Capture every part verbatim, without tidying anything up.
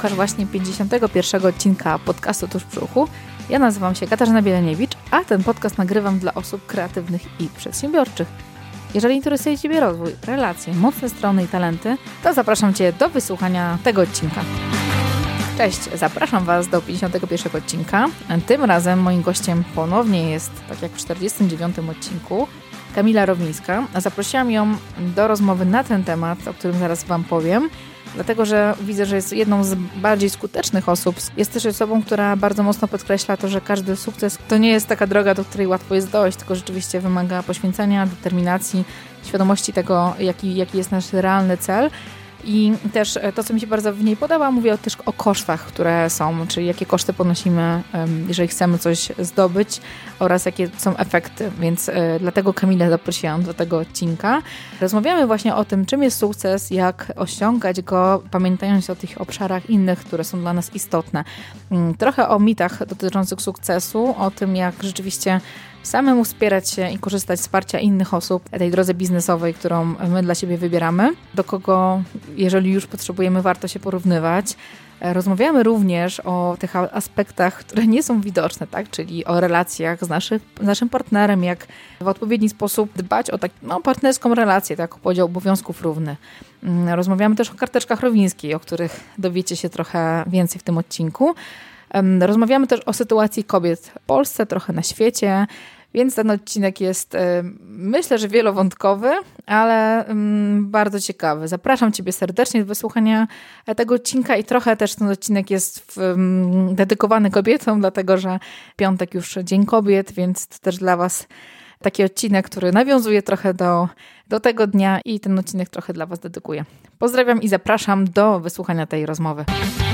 Słuchasz właśnie pięćdziesiątego pierwszego odcinka podcastu Tuż przy uchu. Ja nazywam się Katarzyna Bieleniewicz, a ten podcast nagrywam dla osób kreatywnych i przedsiębiorczych. Jeżeli interesuje Ciebie rozwój, relacje, mocne strony i talenty, to zapraszam Cię do wysłuchania tego odcinka. Cześć, zapraszam Was do pięćdziesiątego pierwszego odcinka. Tym razem moim gościem ponownie jest, tak jak w czterdziestym dziewiątym odcinku, Kamila Rowińska. Zaprosiłam ją do rozmowy na ten temat, o którym zaraz Wam powiem, dlatego że widzę, że jest jedną z bardziej skutecznych osób. Jest też osobą, która bardzo mocno podkreśla to, że każdy sukces to nie jest taka droga, do której łatwo jest dojść, tylko rzeczywiście wymaga poświęcenia, determinacji, świadomości tego, jaki, jaki jest nasz realny cel. I też to, co mi się bardzo w niej podoba, mówię też o kosztach, które są, czyli jakie koszty ponosimy, jeżeli chcemy coś zdobyć oraz jakie są efekty, więc dlatego Kamilę zaprosiłam do tego odcinka. Rozmawiamy właśnie o tym, czym jest sukces, jak osiągać go, pamiętając o tych obszarach innych, które są dla nas istotne. Trochę o mitach dotyczących sukcesu, o tym, jak rzeczywiście samemu wspierać się i korzystać z wsparcia innych osób w tej drodze biznesowej, którą my dla siebie wybieramy, do kogo, jeżeli już potrzebujemy, warto się porównywać. Rozmawiamy również o tych aspektach, które nie są widoczne, tak? Czyli o relacjach z, naszych, z naszym partnerem, jak w odpowiedni sposób dbać o tak, no, partnerską relację, tak? O podział obowiązków równy. Rozmawiamy też o karteczkach Rowińskiej, o których dowiecie się trochę więcej w tym odcinku. Rozmawiamy też o sytuacji kobiet w Polsce, trochę na świecie, więc ten odcinek jest, myślę, że wielowątkowy, ale bardzo ciekawy. Zapraszam Ciebie serdecznie do wysłuchania tego odcinka i trochę też ten odcinek jest dedykowany kobietom, dlatego że piątek już Dzień Kobiet, więc to też dla Was taki odcinek, który nawiązuje trochę do, do tego dnia i ten odcinek trochę dla Was dedykuję. Pozdrawiam i zapraszam do wysłuchania tej rozmowy.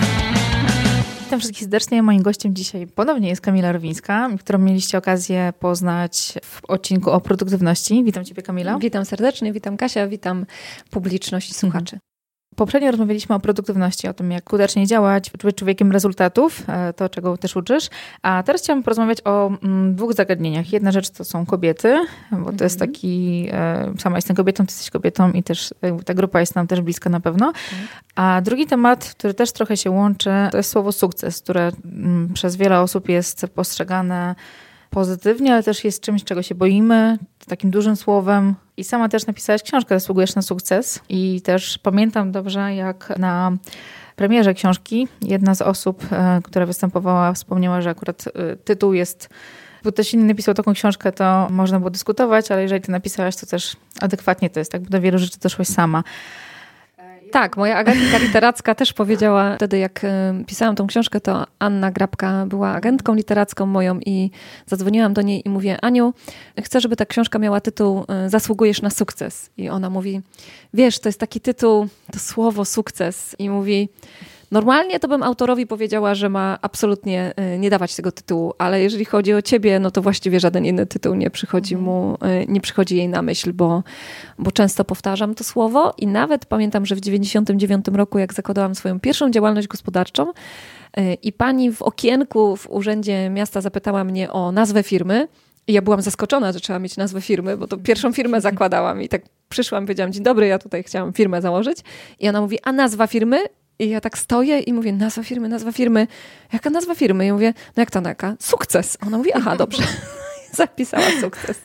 Witam wszystkich serdecznie. Moim gościem dzisiaj ponownie jest Kamila Rowińska, którą mieliście okazję poznać w odcinku o produktywności. Witam Ciebie, Kamila. Witam serdecznie, witam Kasia, witam publiczność i słuchaczy. Poprzednio rozmawialiśmy o produktywności, o tym, jak skutecznie działać, być człowiekiem rezultatów, to czego też uczysz. A teraz chciałam porozmawiać o mm, dwóch zagadnieniach. Jedna rzecz to są kobiety, bo to mm-hmm. jest taki, e, sama jestem kobietą, ty jesteś kobietą i też e, ta grupa jest nam też bliska na pewno. Mm. A drugi temat, który też trochę się łączy, to jest słowo sukces, które m, przez wiele osób jest postrzegane pozytywnie, ale też jest czymś, czego się boimy, takim dużym słowem. I sama też napisałaś książkę Zasługujesz na sukces. I też pamiętam dobrze, jak na premierze książki jedna z osób, która występowała, wspomniała, że akurat tytuł jest, bo ktoś inny napisał taką książkę, to można było dyskutować, ale jeżeli ty napisałaś, to też adekwatnie to jest, tak, bo do wielu rzeczy doszłaś sama. Tak, moja agentka literacka też powiedziała wtedy, jak pisałam tą książkę, to Anna Grabka była agentką literacką moją i zadzwoniłam do niej i mówię: Aniu, chcę, żeby ta książka miała tytuł Zasługujesz na sukces. I ona mówi: wiesz, to jest taki tytuł, to słowo sukces. I mówi: normalnie to bym autorowi powiedziała, że ma absolutnie nie dawać tego tytułu, ale jeżeli chodzi o ciebie, no to właściwie żaden inny tytuł nie przychodzi mu, nie przychodzi jej na myśl, bo, bo często powtarzam to słowo i nawet pamiętam, że w dziewięćdziesiątym dziewiątym roku, jak zakładałam swoją pierwszą działalność gospodarczą i pani w okienku w Urzędzie Miasta zapytała mnie o nazwę firmy, i ja byłam zaskoczona, że trzeba mieć nazwę firmy, bo to pierwszą firmę zakładałam i tak przyszłam, powiedziałam: dzień dobry, ja tutaj chciałam firmę założyć. I ona mówi: a nazwa firmy? I ja tak stoję i mówię: nazwa firmy, nazwa firmy. Jaka nazwa firmy? I mówię: no jak to jaka? Sukces. Ona mówi: aha, dobrze. Zapisała sukces.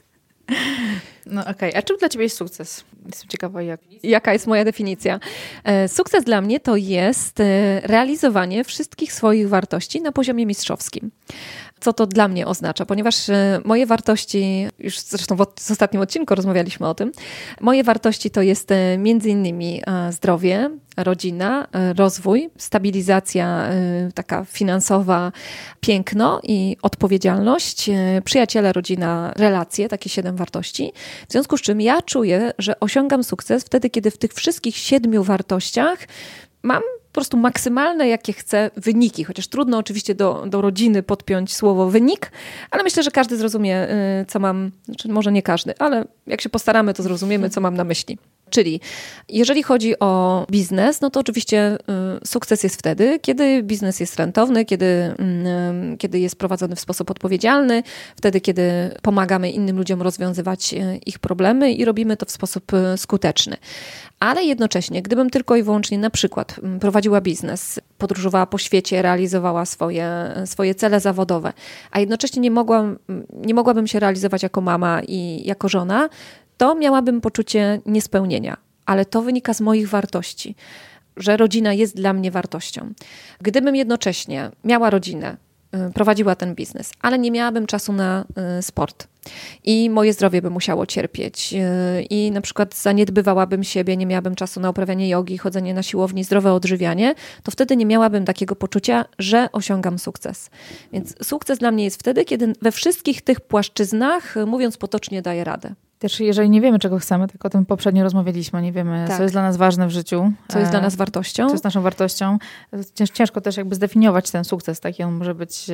No okej, okay. A czym dla ciebie jest sukces? Jestem ciekawa, jak... Jaka jest moja definicja? Sukces dla mnie to jest realizowanie wszystkich swoich wartości na poziomie mistrzowskim. Co to dla mnie oznacza? Ponieważ moje wartości, już zresztą w ostatnim odcinku rozmawialiśmy o tym, moje wartości to jest między innymi zdrowie, rodzina, rozwój, stabilizacja taka finansowa, piękno i odpowiedzialność, przyjaciele, rodzina, relacje, takie siedem wartości. W związku z czym ja czuję, że osiągam sukces wtedy, kiedy w tych wszystkich siedmiu wartościach mam po prostu maksymalne, jakie chcę, wyniki. Chociaż trudno oczywiście do, do rodziny podpiąć słowo wynik, ale myślę, że każdy zrozumie, co mam, znaczy może nie każdy, ale jak się postaramy, to zrozumiemy, co mam na myśli. Czyli jeżeli chodzi o biznes, no to oczywiście y, sukces jest wtedy, kiedy biznes jest rentowny, kiedy, y, kiedy jest prowadzony w sposób odpowiedzialny, wtedy, kiedy pomagamy innym ludziom rozwiązywać y, ich problemy i robimy to w sposób y, skuteczny. Ale jednocześnie, gdybym tylko i wyłącznie na przykład prowadziła biznes, podróżowała po świecie, realizowała swoje, swoje cele zawodowe, a jednocześnie nie mogłam, nie mogłabym się realizować jako mama i jako żona, to miałabym poczucie niespełnienia. Ale to wynika z moich wartości, że rodzina jest dla mnie wartością. Gdybym jednocześnie miała rodzinę, prowadziła ten biznes, ale nie miałabym czasu na sport i moje zdrowie by musiało cierpieć i na przykład zaniedbywałabym siebie, nie miałabym czasu na uprawianie jogi, chodzenie na siłowni, zdrowe odżywianie, to wtedy nie miałabym takiego poczucia, że osiągam sukces. Więc sukces dla mnie jest wtedy, kiedy we wszystkich tych płaszczyznach, mówiąc potocznie, daję radę. Też jeżeli nie wiemy, czego chcemy, tak o tym poprzednio rozmawialiśmy, nie wiemy, tak. co jest dla nas ważne w życiu. Co jest dla nas wartością. Co jest naszą wartością. Ciężko też jakby zdefiniować ten sukces, taki on może być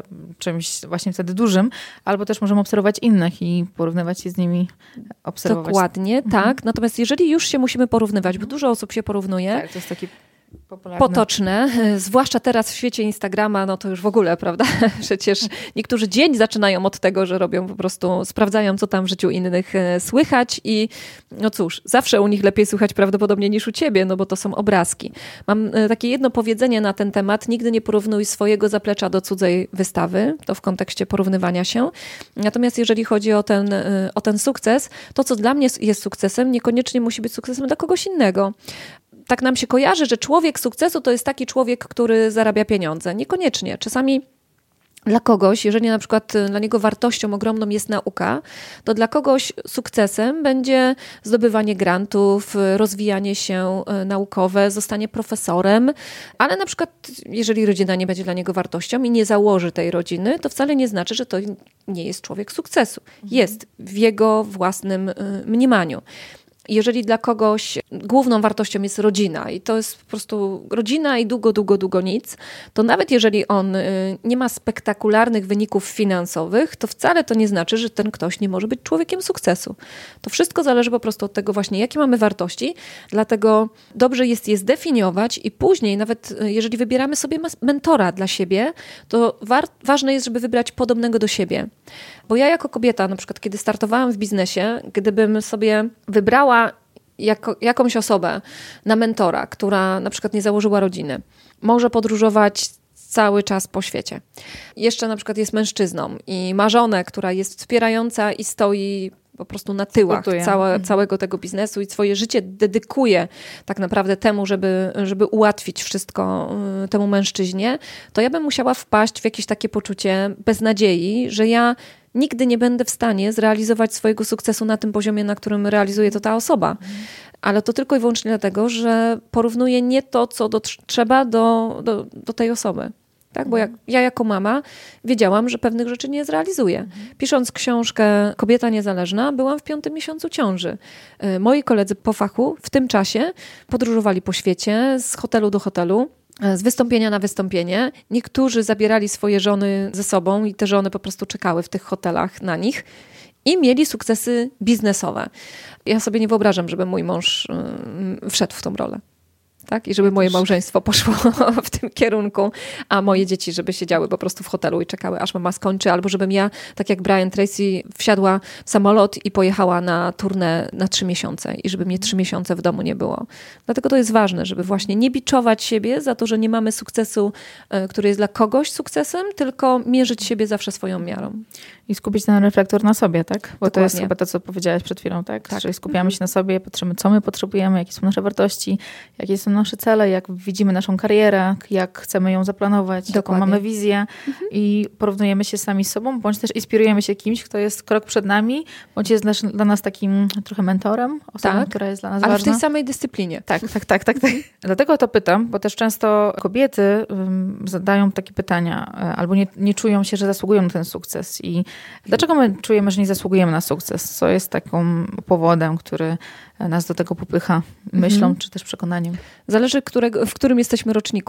czymś właśnie wtedy dużym, albo też możemy obserwować innych i porównywać się z nimi, obserwować. Dokładnie, mhm. tak. Natomiast jeżeli już się musimy porównywać, bo dużo osób się porównuje. Tak, to jest taki popularne. Potoczne, zwłaszcza teraz w świecie Instagrama, no to już w ogóle, prawda? Przecież niektórzy dzień zaczynają od tego, że robią po prostu, sprawdzają, co tam w życiu innych słychać i no cóż, zawsze u nich lepiej słychać prawdopodobnie niż u ciebie, no bo to są obrazki. Mam takie jedno powiedzenie na ten temat, nigdy nie porównuj swojego zaplecza do cudzej wystawy, to w kontekście porównywania się. Natomiast jeżeli chodzi o ten, o ten sukces, to co dla mnie jest sukcesem, niekoniecznie musi być sukcesem dla kogoś innego. Tak nam się kojarzy, że człowiek sukcesu to jest taki człowiek, który zarabia pieniądze. Niekoniecznie. Czasami dla kogoś, jeżeli na przykład dla niego wartością ogromną jest nauka, to dla kogoś sukcesem będzie zdobywanie grantów, rozwijanie się naukowe, zostanie profesorem, ale na przykład jeżeli rodzina nie będzie dla niego wartością i nie założy tej rodziny, to wcale nie znaczy, że to nie jest człowiek sukcesu. Jest w jego własnym mniemaniu. Jeżeli dla kogoś główną wartością jest rodzina i to jest po prostu rodzina i długo, długo, długo nic, to nawet jeżeli on nie ma spektakularnych wyników finansowych, to wcale to nie znaczy, że ten ktoś nie może być człowiekiem sukcesu. To wszystko zależy po prostu od tego właśnie, jakie mamy wartości, dlatego dobrze jest je zdefiniować i później nawet jeżeli wybieramy sobie mentora dla siebie, to wa- ważne jest, żeby wybrać podobnego do siebie. Bo ja jako kobieta, na przykład kiedy startowałam w biznesie, gdybym sobie wybrała jako, jakąś osobę na mentora, która na przykład nie założyła rodziny, może podróżować cały czas po świecie. Jeszcze na przykład jest mężczyzną i ma żonę, która jest wspierająca i stoi po prostu na tyłach całe, mhm. całego tego biznesu i swoje życie dedykuje tak naprawdę temu, żeby, żeby ułatwić wszystko temu mężczyźnie, to ja bym musiała wpaść w jakieś takie poczucie beznadziei, że ja nigdy nie będę w stanie zrealizować swojego sukcesu na tym poziomie, na którym realizuje to ta osoba. Mhm. Ale to tylko i wyłącznie dlatego, że porównuję nie to, co do, trzeba do, do, do tej osoby. Tak? Bo ja, ja jako mama wiedziałam, że pewnych rzeczy nie zrealizuję. Mhm. Pisząc książkę Kobieta niezależna, byłam w piątym miesiącu ciąży. Moi koledzy po fachu w tym czasie podróżowali po świecie z hotelu do hotelu, z wystąpienia na wystąpienie. Niektórzy zabierali swoje żony ze sobą i te żony po prostu czekały w tych hotelach na nich i mieli sukcesy biznesowe. Ja sobie nie wyobrażam, żeby mój mąż wszedł w tą rolę. Tak? I żeby moje małżeństwo poszło w tym kierunku, a moje dzieci, żeby siedziały po prostu w hotelu i czekały, aż mama skończy, albo żebym ja, tak jak Brian Tracy, wsiadła w samolot i pojechała na turnę na trzy miesiące i żeby mnie trzy miesiące w domu nie było. Dlatego to jest ważne, żeby właśnie nie biczować siebie za to, że nie mamy sukcesu, który jest dla kogoś sukcesem, tylko mierzyć siebie zawsze swoją miarą. I skupić ten reflektor na sobie, tak? Bo Dokładnie. To jest chyba to, co powiedziałaś przed chwilą, tak? tak. Czyli skupiamy mhm. się na sobie, patrzymy, co my potrzebujemy, jakie są nasze wartości, jakie są nasze cele, jak widzimy naszą karierę, jak chcemy ją zaplanować, Dokładnie. jaką mamy wizję mhm. i porównujemy się sami z sobą, bądź też inspirujemy się kimś, kto jest krok przed nami, bądź jest nasz, dla nas takim trochę mentorem, osobą, tak. która jest dla nas Ale ważna. w tej samej dyscyplinie. Tak, tak, tak, tak, tak. Dlatego to pytam, bo też często kobiety um, zadają takie pytania, albo nie, nie czują się, że zasługują na ten sukces. I dlaczego my czujemy, że nie zasługujemy na sukces? Co jest taką powodem, który nas do tego popycha myślą, mhm. czy też przekonaniem? Zależy, którego, w którym jesteśmy roczniku.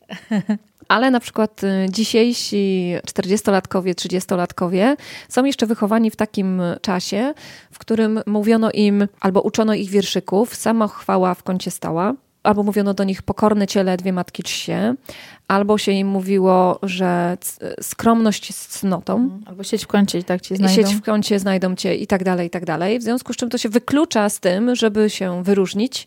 Ale na przykład dzisiejsi czterdziestolatkowie, trzydziestolatkowie są jeszcze wychowani w takim czasie, w którym mówiono im albo uczono ich wierszyków, samochwała w kącie stała, albo mówiono do nich pokorne ciele, dwie matki czci się, albo się im mówiło, że skromność jest cnotą. Albo siedź w kącie i tak cię znajdą. Siedź w kącie, znajdą cię i tak dalej, i tak dalej. W związku z czym to się wyklucza z tym, żeby się wyróżnić,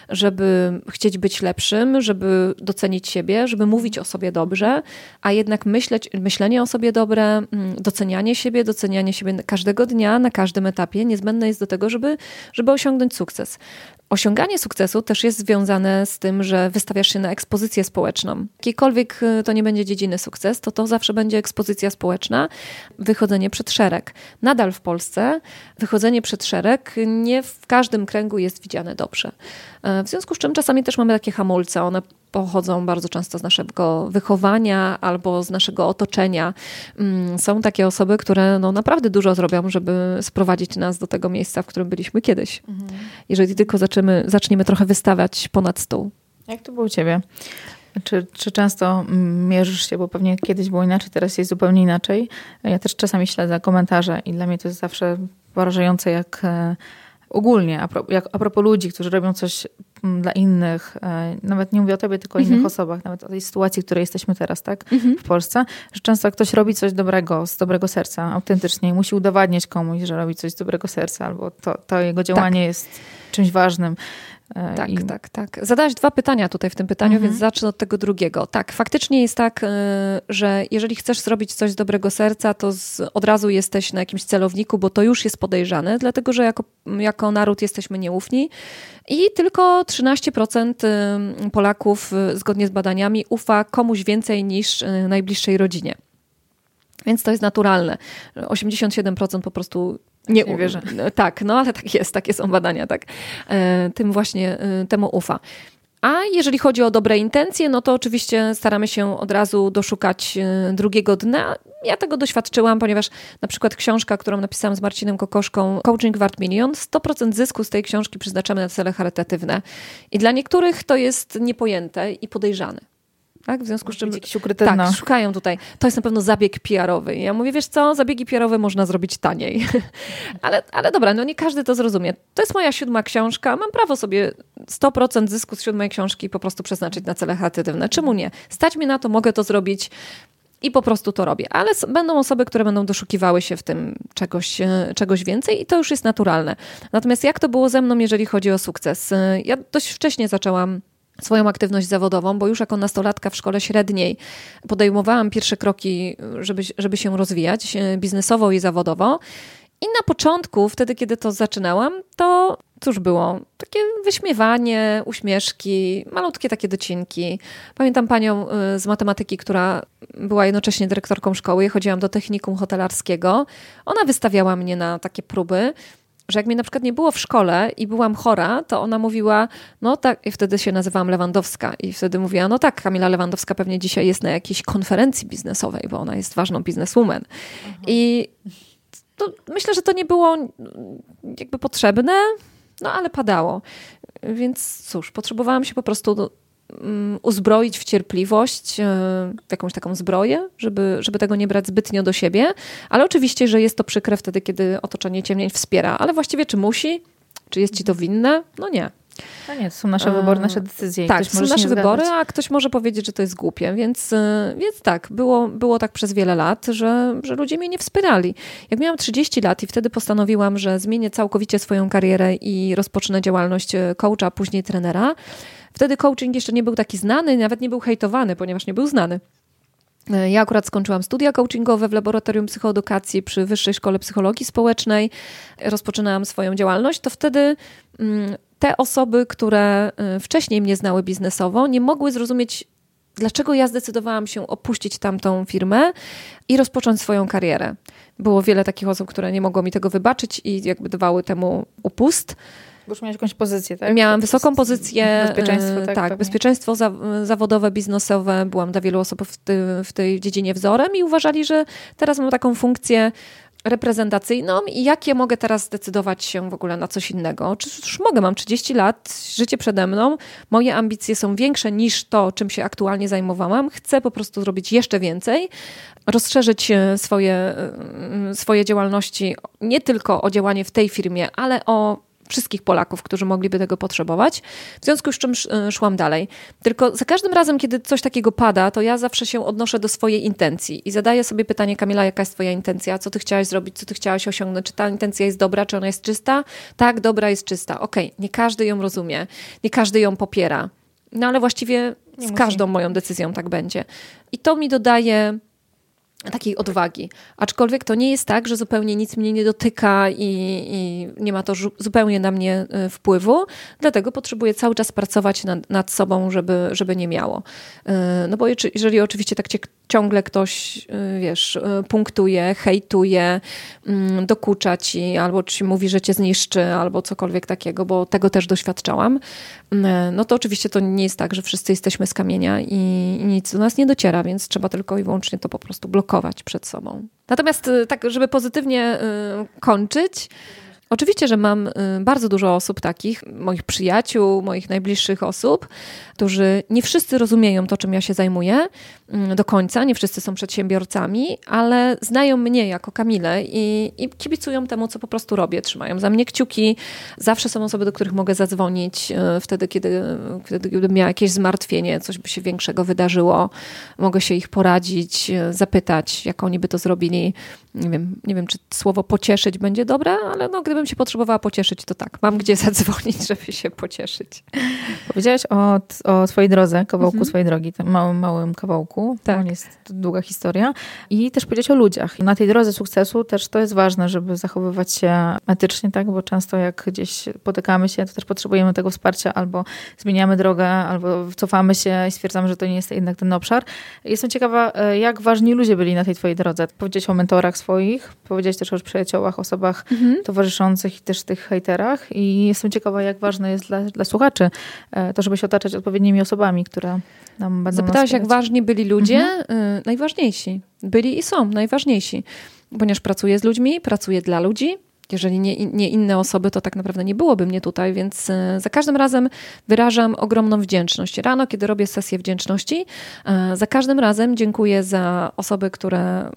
żeby chcieć być lepszym, żeby docenić siebie, żeby mówić o sobie dobrze, a jednak myśleć, myślenie o sobie dobre, docenianie siebie, docenianie siebie każdego dnia, na każdym etapie niezbędne jest do tego, żeby, żeby osiągnąć sukces. Osiąganie sukcesu też jest związane z tym, że wystawiasz się na ekspozycję społeczną. Jakiejkolwiek to nie będzie dziedziny sukces, to to zawsze będzie ekspozycja społeczna, wychodzenie przed szereg. Nadal w Polsce wychodzenie przed szereg nie w każdym kręgu jest widziane dobrze. W związku z czym czasami też mamy takie hamulce, one pochodzą bardzo często z naszego wychowania albo z naszego otoczenia. Są takie osoby, które no naprawdę dużo zrobią, żeby sprowadzić nas do tego miejsca, w którym byliśmy kiedyś. Mhm. Jeżeli tylko zaczniemy, zaczniemy trochę wystawiać ponad stół. Jak to było u ciebie? Czy, czy często mierzysz się, bo pewnie kiedyś było inaczej, teraz jest zupełnie inaczej. Ja też czasami śledzę komentarze i dla mnie to jest zawsze porażające, jak ogólnie, a, pro, jak, a propos ludzi, którzy robią coś dla innych, nawet nie mówię o tobie, tylko o innych mm-hmm. osobach, nawet o tej sytuacji, w której jesteśmy teraz, tak, mm-hmm. w Polsce, że często ktoś robi coś dobrego, z dobrego serca, autentycznie i musi udowadniać komuś, że robi coś z dobrego serca, albo to, to jego działanie tak. jest czymś ważnym. Tak, I... tak, tak. Zadałaś dwa pytania tutaj w tym pytaniu, mhm. więc zacznę od tego drugiego. Tak, faktycznie jest tak, że jeżeli chcesz zrobić coś z dobrego serca, to z, od razu jesteś na jakimś celowniku, bo to już jest podejrzane, dlatego że jako, jako naród jesteśmy nieufni i tylko trzynaście procent Polaków zgodnie z badaniami ufa komuś więcej niż najbliższej rodzinie. Więc to jest naturalne. osiemdziesiąt siedem procent po prostu nie, nie wierzę. Tak, no ale tak jest, takie są badania, tak. E, tym właśnie, e, temu ufa. A jeżeli chodzi o dobre intencje, no to oczywiście staramy się od razu doszukać e, drugiego dna. Ja tego doświadczyłam, ponieważ na przykład książka, którą napisałam z Marcinem Kokoszką, Coaching wart milion, sto procent zysku z tej książki przeznaczamy na cele charytatywne. I dla niektórych to jest niepojęte i podejrzane. Tak? W związku z czym tak, szukają tutaj. To jest na pewno zabieg P R-owy. I ja mówię, wiesz co, zabiegi P R-owe można zrobić taniej. ale, ale dobra, no nie każdy to zrozumie. To jest moja siódma książka. Mam prawo sobie sto procent zysku z siódmej książki po prostu przeznaczyć na cele charytatywne. Czemu nie? Stać mnie na to, mogę to zrobić i po prostu to robię. Ale będą osoby, które będą doszukiwały się w tym czegoś, czegoś więcej i to już jest naturalne. Natomiast jak to było ze mną, jeżeli chodzi o sukces? Ja dość wcześnie zaczęłam swoją aktywność zawodową, bo już jako nastolatka w szkole średniej podejmowałam pierwsze kroki, żeby, żeby się rozwijać biznesowo i zawodowo. I na początku, wtedy kiedy to zaczynałam, to cóż było? Takie wyśmiewanie, uśmieszki, malutkie takie docinki. Pamiętam panią z matematyki, która była jednocześnie dyrektorką szkoły. Ja chodziłam do technikum hotelarskiego. Ona wystawiała mnie na takie próby, że jak mnie na przykład nie było w szkole i byłam chora, to ona mówiła, no tak, i wtedy się nazywałam Lewandowska i wtedy mówiła, no tak, Kamila Lewandowska pewnie dzisiaj jest na jakiejś konferencji biznesowej, bo ona jest ważną bizneswoman. Mhm. I to, myślę, że to nie było jakby potrzebne, no ale padało. Więc cóż, potrzebowałam się po prostu do, um, uzbroić w cierpliwość, w jakąś taką zbroję, żeby, żeby tego nie brać zbytnio do siebie, ale oczywiście, że jest to przykre wtedy, kiedy otoczenie cię nie wspiera, ale właściwie czy musi? Czy jest ci to winne? No nie. No nie, to są nasze wybory, nasze decyzje. Tak, to są nasze wybory, a ktoś może powiedzieć, że to jest głupie, więc, więc tak, było, było tak przez wiele lat, że, że ludzie mnie nie wspierali. Jak miałam trzydzieści lat i wtedy postanowiłam, że zmienię całkowicie swoją karierę i rozpocznę działalność coacha, później trenera, wtedy coaching jeszcze nie był taki znany, nawet nie był hejtowany, ponieważ nie był znany. Ja akurat skończyłam studia coachingowe w Laboratorium Psychoedukacji przy Wyższej Szkole Psychologii Społecznej. Rozpoczynałam swoją działalność, to wtedy te osoby, które wcześniej mnie znały biznesowo, nie mogły zrozumieć, dlaczego ja zdecydowałam się opuścić tamtą firmę i rozpocząć swoją karierę. Było wiele takich osób, które nie mogło mi tego wybaczyć i jakby dawały temu upust. Bo już miałaś jakąś pozycję, tak? Miałam wysoką pozycję. Bezpieczeństwo, tak? Tak, bezpieczeństwo za, zawodowe, biznesowe. Byłam dla wielu osób w, ty, w tej dziedzinie wzorem i uważali, że teraz mam taką funkcję, reprezentacyjną i jak ja mogę teraz zdecydować się w ogóle na coś innego. Czy już mogę, mam trzydzieści lat, życie przede mną, moje ambicje są większe niż to, czym się aktualnie zajmowałam. Chcę po prostu zrobić jeszcze więcej, rozszerzyć swoje, swoje działalności nie tylko o działanie w tej firmie, ale o wszystkich Polaków, którzy mogliby tego potrzebować. W związku z czym szłam dalej. Tylko za każdym razem, kiedy coś takiego pada, to ja zawsze się odnoszę do swojej intencji i zadaję sobie pytanie: Kamila, jaka jest twoja intencja? Co ty chciałaś zrobić? Co ty chciałaś osiągnąć? Czy ta intencja jest dobra? Czy ona jest czysta? Tak, dobra, jest czysta. Okej, nie każdy ją rozumie. Nie każdy ją popiera. No ale właściwie z każdą moją decyzją tak będzie. I to mi dodaje takiej odwagi. Aczkolwiek to nie jest tak, że zupełnie nic mnie nie dotyka i, i nie ma to zupełnie na mnie wpływu, dlatego potrzebuję cały czas pracować nad, nad sobą, żeby, żeby nie miało. No bo jeżeli oczywiście tak cię ciągle ktoś, wiesz, punktuje, hejtuje, dokucza ci, albo ci mówi, że cię zniszczy, albo cokolwiek takiego, bo tego też doświadczałam, no to oczywiście to nie jest tak, że wszyscy jesteśmy z kamienia i, i nic do nas nie dociera, więc trzeba tylko i wyłącznie to po prostu blokować przed sobą. Natomiast tak, żeby pozytywnie kończyć, oczywiście, że mam bardzo dużo osób takich, moich przyjaciół, moich najbliższych osób, którzy nie wszyscy rozumieją to, czym ja się zajmuję do końca, nie wszyscy są przedsiębiorcami, ale znają mnie jako Kamilę i, i kibicują temu, co po prostu robię, trzymają za mnie kciuki. Zawsze są osoby, do których mogę zadzwonić wtedy, kiedy, kiedy gdybym miała jakieś zmartwienie, coś by się większego wydarzyło. Mogę się ich poradzić, zapytać, jak oni by to zrobili. Nie wiem, nie wiem, czy słowo pocieszyć będzie dobre, ale no, gdybym się potrzebowała pocieszyć, to tak, mam gdzie zadzwonić, żeby się pocieszyć. Powiedziałaś o, o swojej drodze, kawałku mhm. swojej drogi, tym małym, małym kawałku. Tak. To jest długa historia. I też powiedzieć o ludziach. Na tej drodze sukcesu też to jest ważne, żeby zachowywać się etycznie, tak? Bo często jak gdzieś potykamy się, to też potrzebujemy tego wsparcia, albo zmieniamy drogę, albo cofamy się i stwierdzamy, że to nie jest jednak ten obszar. Jestem ciekawa, jak ważni ludzie byli na tej twojej drodze. Powiedzieć o mentorach swoich, powiedzieć też o przyjaciołach, osobach mhm. towarzyszących i też tych hejterach. I jestem ciekawa, jak ważne jest dla, dla słuchaczy to, żeby się otaczać odpowiednimi osobami, które nam będą Zapytałaś, jak ważni byli ludzie? Mhm. Najważniejsi. Byli i są najważniejsi. Ponieważ pracuję z ludźmi, pracuję dla ludzi. Jeżeli nie, nie inne osoby, to tak naprawdę nie byłoby mnie tutaj, więc za każdym razem wyrażam ogromną wdzięczność. Rano, kiedy robię sesję wdzięczności, za każdym razem dziękuję za osoby, które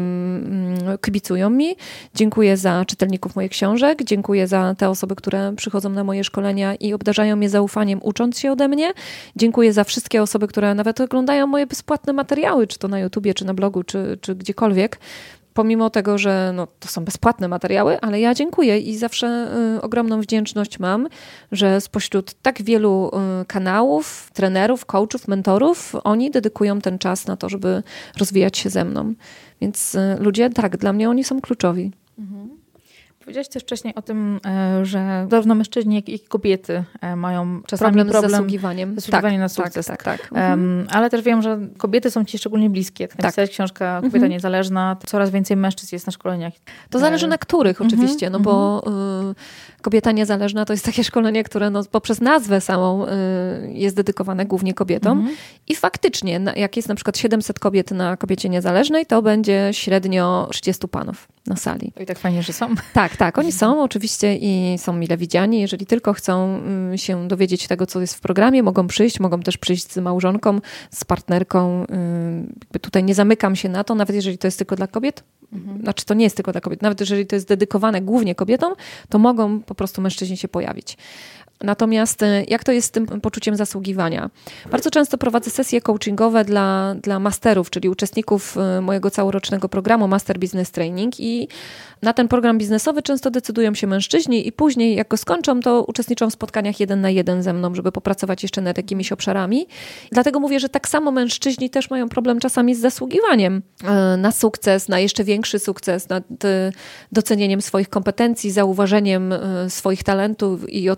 kibicują mi, dziękuję za czytelników moich książek, dziękuję za te osoby, które przychodzą na moje szkolenia i obdarzają mnie zaufaniem, ucząc się ode mnie. Dziękuję za wszystkie osoby, które nawet oglądają moje bezpłatne materiały, czy to na YouTubie, czy na blogu, czy, czy gdziekolwiek. Pomimo tego, że no, to są bezpłatne materiały, ale ja dziękuję i zawsze y, ogromną wdzięczność mam, że spośród tak wielu y, kanałów, trenerów, coachów, mentorów, oni dedykują ten czas na to, żeby rozwijać się ze mną. Więc y, ludzie, tak, dla mnie oni są kluczowi. Mhm. Powiedziałaś też wcześniej o tym, że zarówno mężczyźni, jak i kobiety mają czasami problem, problem z zasługiwaniem, zasługiwaniem tak, na sukces. Tak, tak, tak. Um, ale też wiem, że kobiety są ci szczególnie bliskie. Jak napisałeś tak. książka Kobieta mhm. niezależna, coraz więcej mężczyzn jest na szkoleniach. To zależy na których oczywiście, mhm. no bo y, Kobieta niezależna to jest takie szkolenie, które no, poprzez nazwę samą y, jest dedykowane głównie kobietom. Mhm. I faktycznie, na, jak jest na przykład siedemset kobiet na Kobiecie niezależnej, to będzie średnio trzydziestu panów na sali. To i tak fajnie, że są. Tak, tak, oni są oczywiście i są mile widziani. Jeżeli tylko chcą y, się dowiedzieć tego, co jest w programie, mogą przyjść, mogą też przyjść z małżonką, z partnerką. Y, jakby tutaj nie zamykam się na to, nawet jeżeli to jest tylko dla kobiet. Mhm. Znaczy to nie jest tylko dla kobiet. Nawet jeżeli to jest dedykowane głównie kobietom, to mogą po prostu mężczyźni się pojawić. Natomiast jak to jest z tym poczuciem zasługiwania? Bardzo często prowadzę sesje coachingowe dla, dla masterów, czyli uczestników mojego całorocznego programu Master Business Training i na ten program biznesowy często decydują się mężczyźni i później jak go skończą, to uczestniczą w spotkaniach jeden na jeden ze mną, żeby popracować jeszcze nad jakimiś obszarami. Dlatego mówię, że tak samo mężczyźni też mają problem czasami z zasługiwaniem na sukces, na jeszcze większy sukces, nad docenieniem swoich kompetencji, zauważeniem swoich talentów i odpowiednimi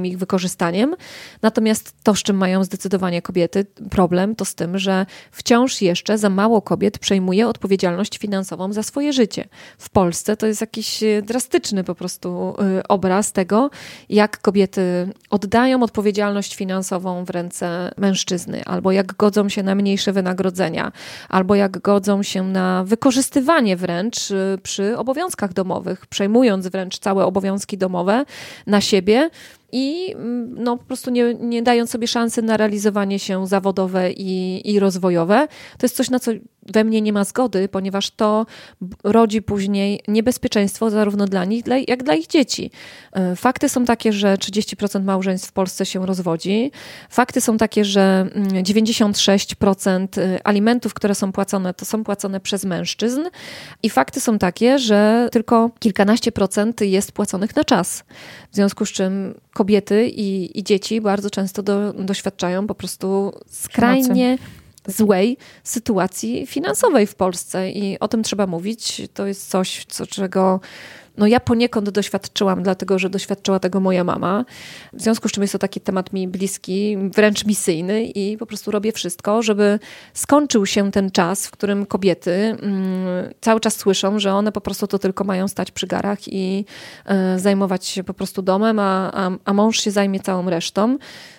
ich wykorzystaniem. Natomiast to, z czym mają zdecydowanie kobiety problem, to z tym, że wciąż jeszcze za mało kobiet przejmuje odpowiedzialność finansową za swoje życie. W Polsce to jest jakiś drastyczny po prostu obraz tego, jak kobiety oddają odpowiedzialność finansową w ręce mężczyzny, albo jak godzą się na mniejsze wynagrodzenia, albo jak godzą się na wykorzystywanie wręcz przy obowiązkach domowych, przejmując wręcz całe obowiązki domowe na siebie i no, po prostu nie, nie dając sobie szansy na realizowanie się zawodowe i, i rozwojowe. To jest coś, na co we mnie nie ma zgody, ponieważ to rodzi później niebezpieczeństwo zarówno dla nich, jak dla ich dzieci. Fakty są takie, że trzydzieści procent małżeństw w Polsce się rozwodzi. Fakty są takie, że dziewięćdziesiąt sześć procent alimentów, które są płacone, to są płacone przez mężczyzn. I fakty są takie, że tylko kilkanaście procent jest płaconych na czas. W związku z czym kobiety i, i dzieci bardzo często do, doświadczają po prostu skrajnie złej sytuacji finansowej w Polsce i o tym trzeba mówić. To jest coś, co, czego no ja poniekąd doświadczyłam, dlatego że doświadczyła tego moja mama. W związku z czym jest to taki temat mi bliski, wręcz misyjny i po prostu robię wszystko, żeby skończył się ten czas, w którym kobiety mm, cały czas słyszą, że one po prostu to tylko mają stać przy garach i y, zajmować się po prostu domem, a, a, a mąż się zajmie całą resztą.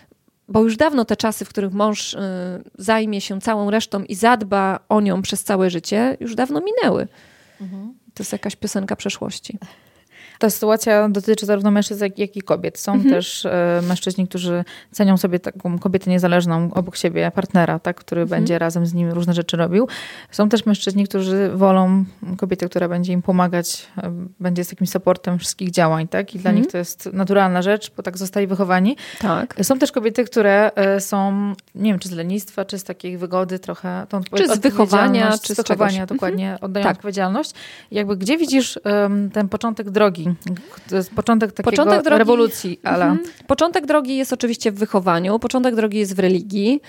Bo już dawno te czasy, w których mąż y, zajmie się całą resztą i zadba o nią przez całe życie, już dawno minęły. Mhm. To jest jakaś piosenka przeszłości. Ta sytuacja dotyczy zarówno mężczyzn, jak i kobiet. Są mhm. też e, mężczyźni, którzy cenią sobie taką kobietę niezależną obok siebie, partnera, tak, który mhm. będzie razem z nim różne rzeczy robił. Są też mężczyźni, którzy wolą kobietę, która będzie im pomagać, e, będzie z takim supportem wszystkich działań, tak? I mhm. dla nich to jest naturalna rzecz, bo tak zostali wychowani. Tak. Są też kobiety, które e, są, nie wiem, czy z lenistwa, czy z takiej wygody trochę. Tą czy z wychowania, czy z wychowania, czegoś. dokładnie, Mhm. oddają tak. odpowiedzialność. Jakby gdzie widzisz um, ten początek drogi? To jest początek takiego początek drogi, rewolucji. Ale... Mm, początek drogi jest oczywiście w wychowaniu, początek drogi jest w religii,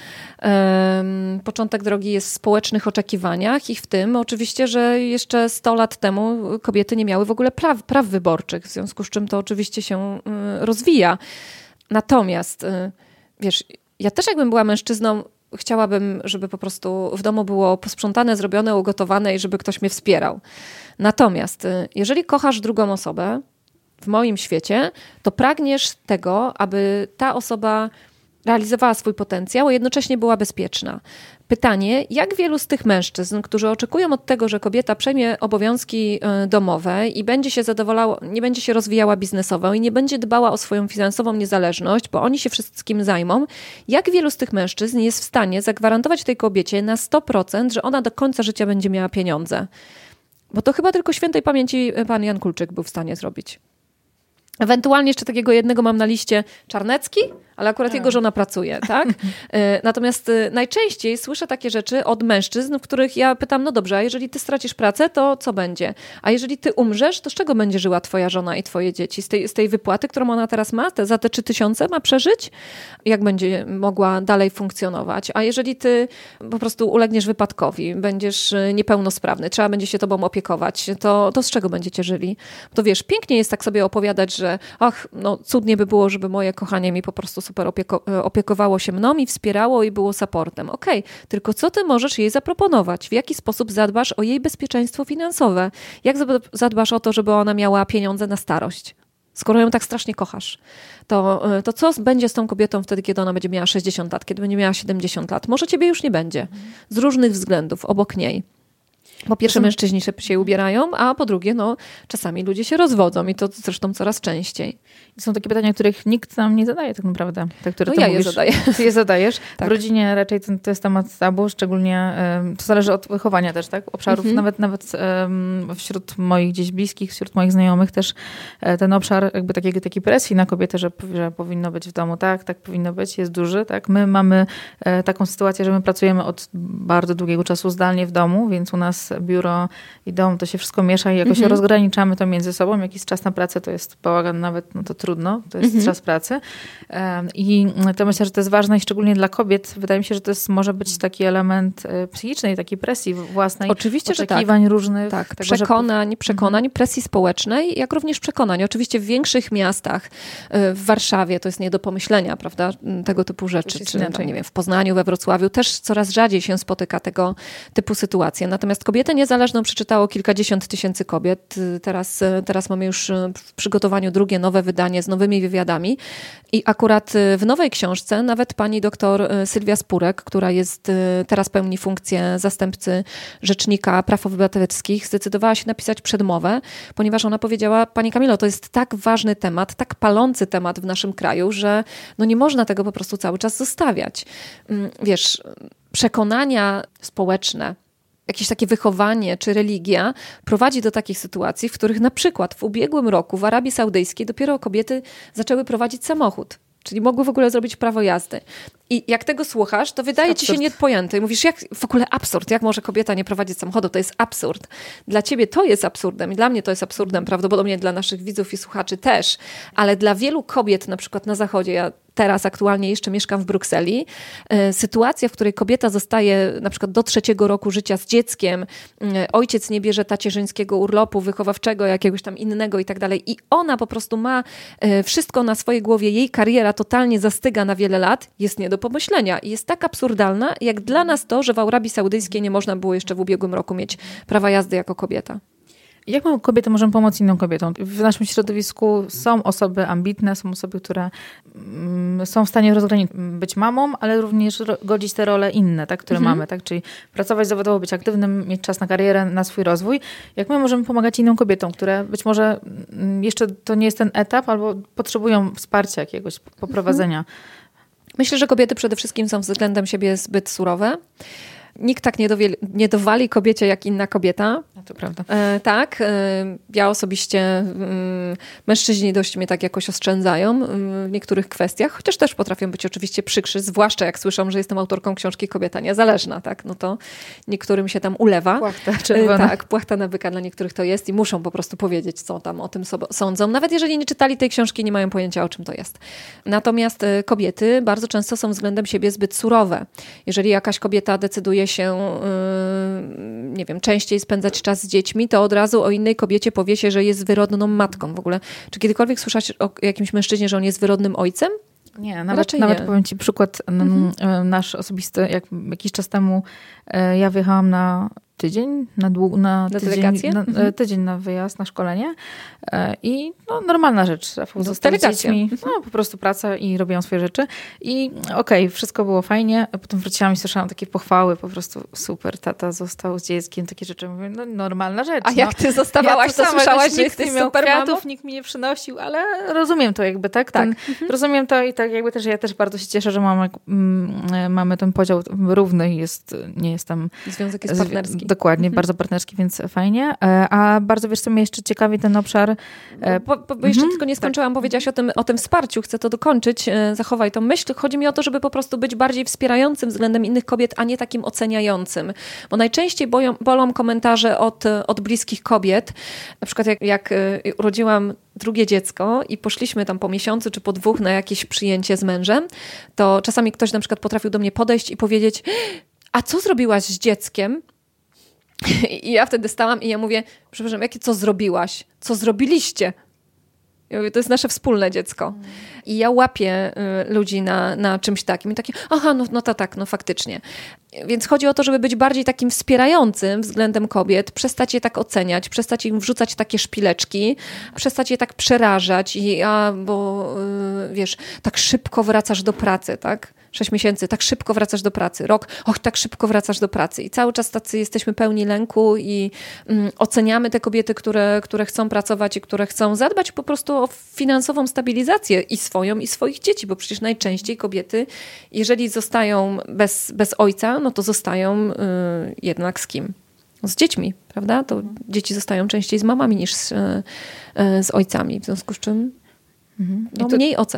um, początek drogi jest w społecznych oczekiwaniach i w tym oczywiście, że jeszcze sto lat temu kobiety nie miały w ogóle praw, praw wyborczych, w związku z czym to oczywiście się y, rozwija. Natomiast, y, wiesz, ja też jakbym była mężczyzną, chciałabym, żeby po prostu w domu było posprzątane, zrobione, ugotowane i żeby ktoś mnie wspierał. Natomiast jeżeli kochasz drugą osobę w moim świecie, to pragniesz tego, aby ta osoba realizowała swój potencjał, a jednocześnie była bezpieczna. Pytanie, jak wielu z tych mężczyzn, którzy oczekują od tego, że kobieta przejmie obowiązki domowe i będzie się zadowalała, nie będzie się rozwijała biznesowo i nie będzie dbała o swoją finansową niezależność, bo oni się wszystkim zajmą, jak wielu z tych mężczyzn jest w stanie zagwarantować tej kobiecie na sto procent, że ona do końca życia będzie miała pieniądze? Bo to chyba tylko świętej pamięci pan Jan Kulczyk był w stanie zrobić. Ewentualnie jeszcze takiego jednego mam na liście, Czarnecki, ale akurat jego żona pracuje, tak? Natomiast najczęściej słyszę takie rzeczy od mężczyzn, w których ja pytam, no dobrze, a jeżeli ty stracisz pracę, to co będzie? A jeżeli ty umrzesz, to z czego będzie żyła twoja żona i twoje dzieci? Z tej, z tej wypłaty, którą ona teraz ma, te, za te trzy tysiące ma przeżyć? Jak będzie mogła dalej funkcjonować? A jeżeli ty po prostu ulegniesz wypadkowi, będziesz niepełnosprawny, trzeba będzie się tobą opiekować, to, to z czego będziecie żyli? To wiesz, pięknie jest tak sobie opowiadać, że ach, no cudnie by było, żeby moje kochanie mi po prostu super opieko- opiekowało się mną i wspierało i było supportem. Okej, okay, tylko co ty możesz jej zaproponować? W jaki sposób zadbasz o jej bezpieczeństwo finansowe? Jak zadbasz o to, żeby ona miała pieniądze na starość? Skoro ją tak strasznie kochasz, to, to co będzie z tą kobietą wtedy, kiedy ona będzie miała sześćdziesiąt lat, kiedy będzie miała siedemdziesiąt lat? Może ciebie już nie będzie. Z różnych względów, obok niej. Po pierwsze mężczyźni się, się ubierają, a po drugie no, czasami ludzie się rozwodzą i to zresztą coraz częściej. Są takie pytania, których nikt nam nie zadaje tak naprawdę. Te, które no ty ja mówisz, je zadaję. Ty je zadajesz. Tak. W rodzinie raczej to, to jest temat tabu, szczególnie um, to zależy od wychowania też, tak? Obszarów. Mhm. Nawet nawet um, wśród moich gdzieś bliskich, wśród moich znajomych też e, ten obszar jakby takiego, takiej presji na kobietę, że, że powinno być w domu, tak, tak powinno być, jest duży, tak? My mamy e, taką sytuację, że my pracujemy od bardzo długiego czasu zdalnie w domu, więc u nas nas biuro i dom, to się wszystko miesza i jakoś Mhm. rozgraniczamy to między sobą. Jak jest czas na pracę, to jest bałagan nawet, no to trudno, to jest Mhm. czas pracy. Um, I to myślę, że to jest ważne i szczególnie dla kobiet. Wydaje mi się, że to jest, może być taki element y, psychicznej, takiej presji własnej. Oczywiście, że tak. Oczekiwań różnych. Tak, tego, przekonań, że... przekonań, presji społecznej, jak również przekonań. Oczywiście w większych miastach, y, w Warszawie to jest nie do pomyślenia, prawda, tego typu rzeczy, jest czy inaczej. tam, nie wiem, w Poznaniu, we Wrocławiu też coraz rzadziej się spotyka tego typu sytuacje. Natomiast Kobietę Niezależną przeczytało kilkadziesiąt tysięcy kobiet. Teraz, teraz mamy już w przygotowaniu drugie nowe wydanie z nowymi wywiadami i akurat w nowej książce nawet pani doktor Sylwia Spurek, która jest teraz pełni funkcję zastępcy Rzecznika Praw Obywatelskich, zdecydowała się napisać przedmowę, ponieważ ona powiedziała: Pani Kamilo, to jest tak ważny temat, tak palący temat w naszym kraju, że no nie można tego po prostu cały czas zostawiać. Wiesz, przekonania społeczne, jakieś takie wychowanie czy religia prowadzi do takich sytuacji, w których na przykład w ubiegłym roku w Arabii Saudyjskiej dopiero kobiety zaczęły prowadzić samochód. Czyli mogły w ogóle zrobić prawo jazdy. I jak tego słuchasz, to wydaje ci się niepojęte. I mówisz, jak w ogóle absurd, jak może kobieta nie prowadzić samochodu? To jest absurd. Dla ciebie to jest absurdem i dla mnie to jest absurdem, prawdopodobnie dla naszych widzów i słuchaczy też. Ale dla wielu kobiet, na przykład na zachodzie, ja teraz aktualnie jeszcze mieszkam w Brukseli, sytuacja, w której kobieta zostaje na przykład do trzeciego roku życia z dzieckiem, ojciec nie bierze tacierzyńskiego urlopu wychowawczego, jakiegoś tam innego i tak dalej, i ona po prostu ma wszystko na swojej głowie, jej kariera totalnie zastyga na wiele lat, jest nie do pomyślenia. I jest tak absurdalna, jak dla nas to, że w Arabii Saudyjskiej nie można było jeszcze w ubiegłym roku mieć prawa jazdy jako kobieta. Jak my kobiety możemy pomóc innym kobietom? W naszym środowisku są osoby ambitne, są osoby, które mm, są w stanie rozgraniczyć, być mamą, ale również ro- godzić te role inne, tak, które Mhm. mamy. Tak? Czyli pracować zawodowo, być aktywnym, mieć czas na karierę, na swój rozwój. Jak my możemy pomagać innym kobietom, które być może mm, jeszcze to nie jest ten etap, albo potrzebują wsparcia jakiegoś, poprowadzenia? Mhm. Myślę, że kobiety przede wszystkim są względem siebie zbyt surowe. Nikt tak nie, dowie, nie dowali kobiecie jak inna kobieta. No to prawda. E, tak, e, ja osobiście, e, mężczyźni dość mnie tak jakoś oszczędzają e, w niektórych kwestiach, chociaż też potrafią być oczywiście przykrzy, zwłaszcza jak słyszą, że jestem autorką książki Kobieta Niezależna, tak, no to niektórym się tam ulewa. Płachta czerwona. E, tak, płachta na byka dla niektórych to jest i muszą po prostu powiedzieć, co tam o tym so- sądzą. Nawet jeżeli nie czytali tej książki, nie mają pojęcia, o czym to jest. Natomiast e, kobiety bardzo często są względem siebie zbyt surowe. Jeżeli jakaś kobieta decyduje się, yy, nie wiem, częściej spędzać czas z dziećmi, to od razu o innej kobiecie powie się, że jest wyrodną matką w ogóle. Czy kiedykolwiek słyszałaś o jakimś mężczyźnie, że on jest wyrodnym ojcem? Nie, nawet, nawet nie. Powiem ci przykład mhm. nasz osobisty, jak jakiś czas temu ja wjechałam na tydzień, na, dłu- na, na tydzień, na mhm. tydzień na wyjazd, na szkolenie i no, normalna rzecz. Zostać z dziećmi, no po prostu praca i robiłam swoje rzeczy i okej, okay, wszystko było fajnie. A potem wróciłam i słyszałam takie pochwały, po prostu super, tata został z dzieckiem, takie rzeczy. Mówię, no normalna rzecz. A no. jak ty zostawałaś, ja to, to słyszałaś, że jesteś super kwiatów, nikt mi nie przynosił, ale rozumiem to jakby, tak? tak. Ten, mhm. Rozumiem to i tak jakby też, ja też bardzo się cieszę, że mamy, mm, mamy ten podział równy i jest, nie jestem... Związek jest partnerski. Dokładnie, mhm. bardzo partnerski, więc fajnie. A bardzo wiesz co, mnie jeszcze ciekawi ten obszar... Bo, bo, bo jeszcze mhm. tylko nie skończyłam, tak. Powiedziałaś o tym, o tym wsparciu, chcę to dokończyć, zachowaj tą myśl. Chodzi mi o to, żeby po prostu być bardziej wspierającym względem innych kobiet, a nie takim oceniającym. Bo najczęściej boją, bolą komentarze od, od bliskich kobiet. Na przykład jak, jak urodziłam drugie dziecko i poszliśmy tam po miesiącu czy po dwóch na jakieś przyjęcie z mężem, to czasami ktoś na przykład potrafił do mnie podejść i powiedzieć: a co zrobiłaś z dzieckiem? I ja wtedy stałam i ja mówię: przepraszam, jakie co zrobiłaś? Co zrobiliście? Ja mówię, to jest nasze wspólne dziecko. Mm. I ja łapię y, ludzi na, na czymś takim. I takie, aha, no, no to tak, no faktycznie. Więc chodzi o to, żeby być bardziej takim wspierającym względem kobiet, przestać je tak oceniać, przestać im wrzucać takie szpileczki, przestać je tak przerażać i a, bo y, wiesz, tak szybko wracasz do pracy, tak? Sześć miesięcy, tak szybko wracasz do pracy. Rok, och, tak szybko wracasz do pracy. I cały czas tacy jesteśmy pełni lęku i mm, oceniamy te kobiety, które, które chcą pracować i które chcą zadbać po prostu o finansową stabilizację i swoją, i swoich dzieci, bo przecież najczęściej kobiety, jeżeli zostają bez, bez ojca, no to zostają y, jednak z kim? Z dziećmi, prawda? To mhm. dzieci zostają częściej z mamami niż z, y, z ojcami, w związku z czym no, to... mniej ocen.